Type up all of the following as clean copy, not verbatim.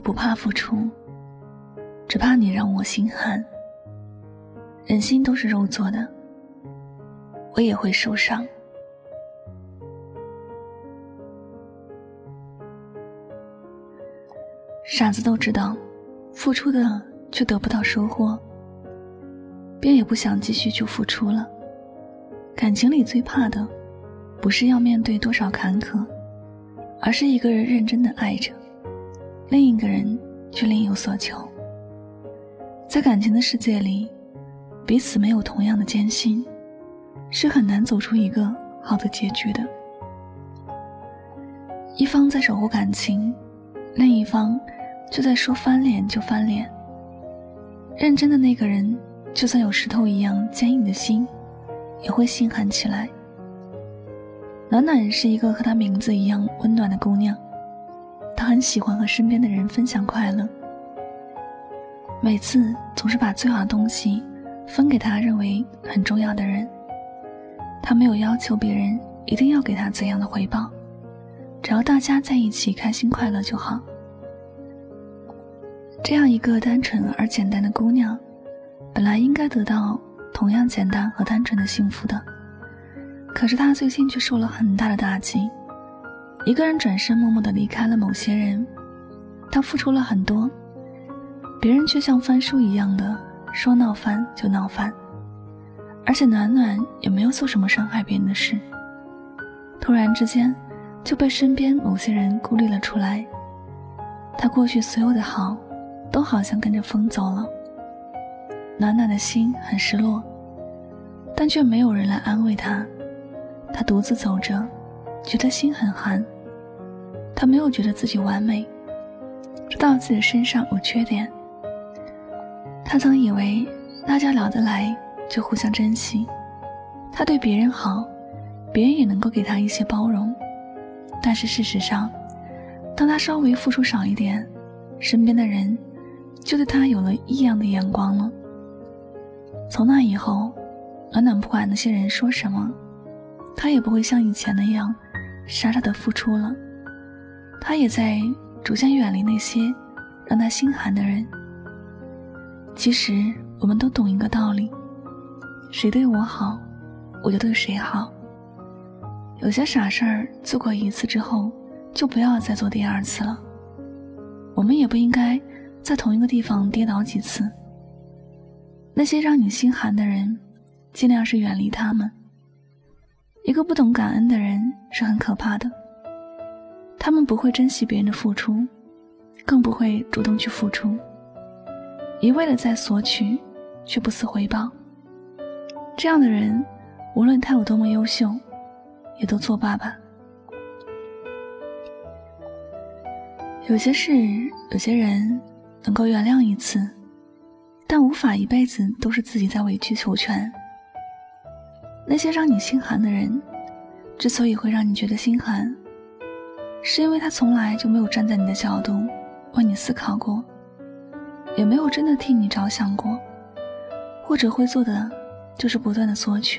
不怕付出，只怕你让我心寒。人心都是肉做的，我也会受伤。傻子都知道，付出的却得不到收获，便也不想继续去付出了。感情里最怕的，不是要面对多少坎坷，而是一个人认真的爱着，另一个人却另有所求。在感情的世界里，彼此没有同样的艰辛，是很难走出一个好的结局的。一方在守护感情，另一方就在说翻脸就翻脸。认真的那个人，就算有石头一样坚硬的心，也会心寒起来。暖暖是一个和她名字一样温暖的姑娘，她很喜欢和身边的人分享快乐，每次总是把最好的东西分给她认为很重要的人。她没有要求别人一定要给她怎样的回报，只要大家在一起开心快乐就好。这样一个单纯而简单的姑娘，本来应该得到同样简单和单纯的幸福的，可是她最近却受了很大的打击。一个人转身默默地离开了某些人，她付出了很多，别人却像翻书一样的说闹翻就闹翻，而且暖暖也没有做什么伤害别人的事，突然之间就被身边某些人孤立了出来。她过去所有的好都好像跟着风走了，暖暖的心很失落，但却没有人来安慰她。她独自走着，觉得心很寒。她没有觉得自己完美，知道自己身上有缺点。她曾以为大家聊得来就互相珍惜，她对别人好，别人也能够给她一些包容。但是事实上，当她稍微付出少一点，身边的人就对她有了异样的眼光了。从那以后，暖暖不管那些人说什么，她也不会像以前那样傻傻的付出了。她也在逐渐远离那些让她心寒的人。其实我们都懂一个道理，谁对我好，我就对谁好。有些傻事儿做过一次之后，就不要再做第二次了。我们也不应该在同一个地方跌倒几次。那些让你心寒的人，尽量是远离他们。一个不懂感恩的人是很可怕的，他们不会珍惜别人的付出，更不会主动去付出，一味地在索取，却不思回报。这样的人，无论他有多么优秀，也都作罢吧。有些事，有些人能够原谅一次，但无法一辈子都是自己在委曲求全。那些让你心寒的人，之所以会让你觉得心寒，是因为他从来就没有站在你的角度为你思考过，也没有真的替你着想过，或者会做的就是不断的索取。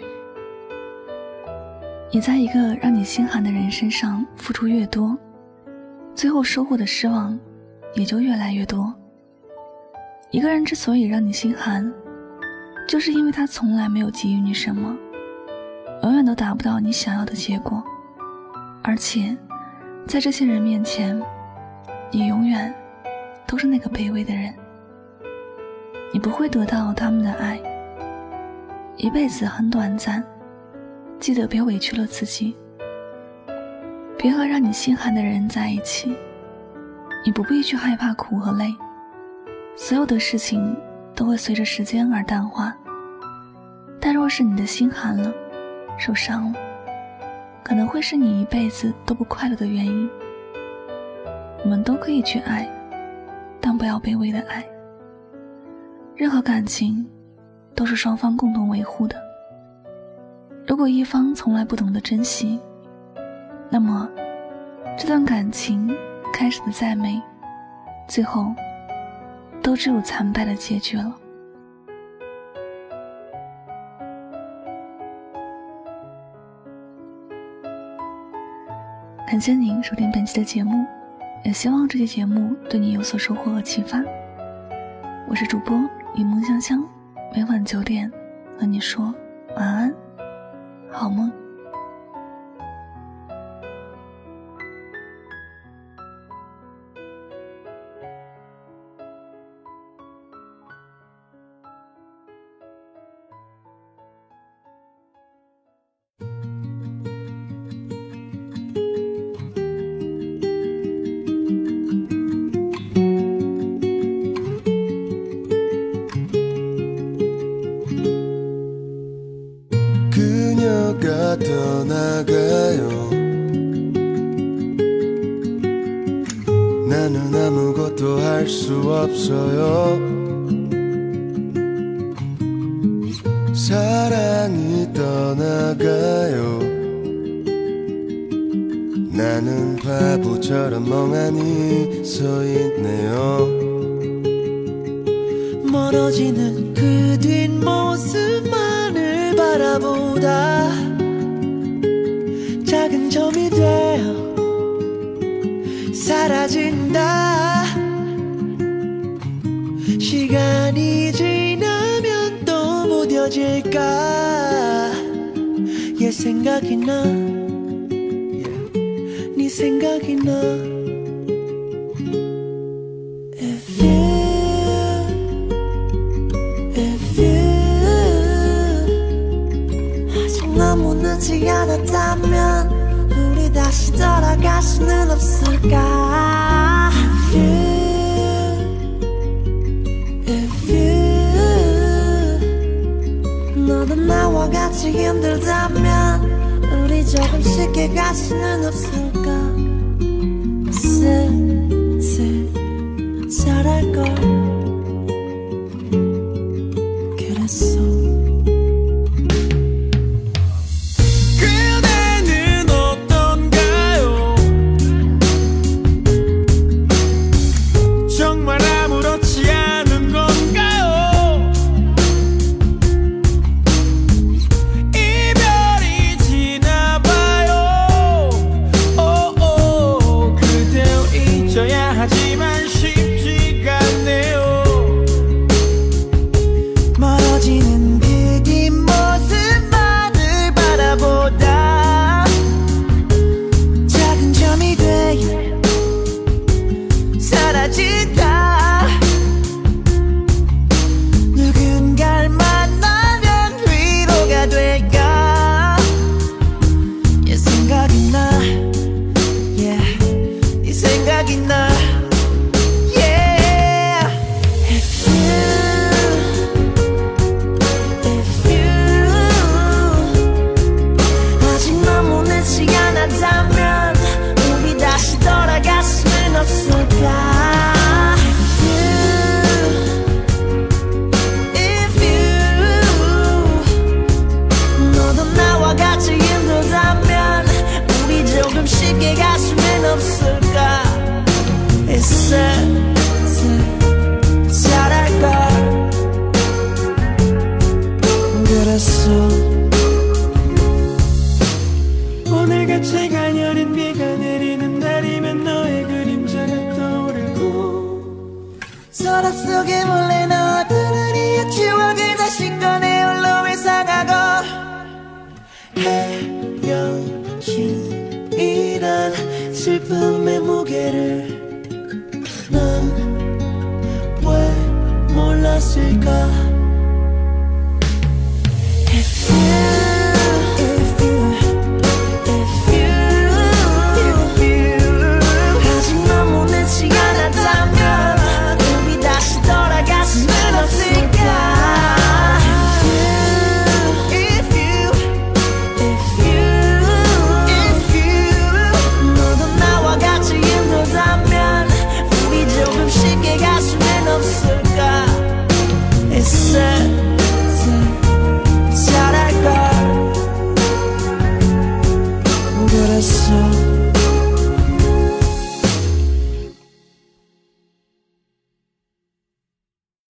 你在一个让你心寒的人身上付出越多，最后收获的失望也就越来越多。一个人之所以让你心寒，就是因为他从来没有给予你什么，永远都达不到你想要的结果，而且在这些人面前，你永远都是那个卑微的人。你不会得到他们的爱，一辈子很短暂，记得别委屈了自己，别和让你心寒的人在一起。你不必去害怕苦和累，所有的事情都会随着时间而淡化。但若是你的心寒了，受伤了，可能会是你一辈子都不快乐的原因。我们都可以去爱，但不要卑微的爱。任何感情都是双方共同维护的，如果一方从来不懂得珍惜，那么这段感情开始的再美，最后都只有惨败的结局了。感谢您收听本期的节目， 也希望这期节目对你有所收获和启发。我是主播柠檬香香，每晚9点和你说晚安，好梦。 떠나가요. 나는 아무것도 할 수 없어요. 사랑이 떠나가요. 나는 바보처럼 멍하니 서 있네요. 멀어지는 그 뒷모습만을 바라보다 작은 점이 되어 사라진다. 시간이 지나면 또 무뎌질까. 얘 생각이 나, 네 생각이 나. 아직 너무 늦지 않았다면 우리 다시 돌아갈 수는 없을까. If you 너도 나와 같이 힘들다면 우리 조금 쉽게 갈 수는 없을까. 슬슬 잘할걸. 그랬어. 그대는 어떤가요? 정말 아무렇지 않은 건가요? 이별이 지나봐요. 오오 그댈 잊어야 하지만 쉽지가 않네요. 멀어지는 그 뒷모습만을 바라보다 작은 점이 되어 사라진다. 누군가를 만나면 위로가 될까. 얘 생각이 나, yeah, 네 생각이 나, yeah. If you 아직 너무 늦지 않았다면 우리 다시 돌아갈 수는 없을까. If you 너도 나와 같이 힘들다면 우리 조금 쉽게 갈 수는 없을까. 있을 잘할걸. 그랬어. 오늘같이 가녀린 비가 내리는 날이면 너의 그림자가 떠오르고 서랍 속에 몰래 넣어두는 이 추억을 다시 꺼내 홀로 회상하고 헤어짐이란 슬픔의 무게를 난 왜 몰랐을까.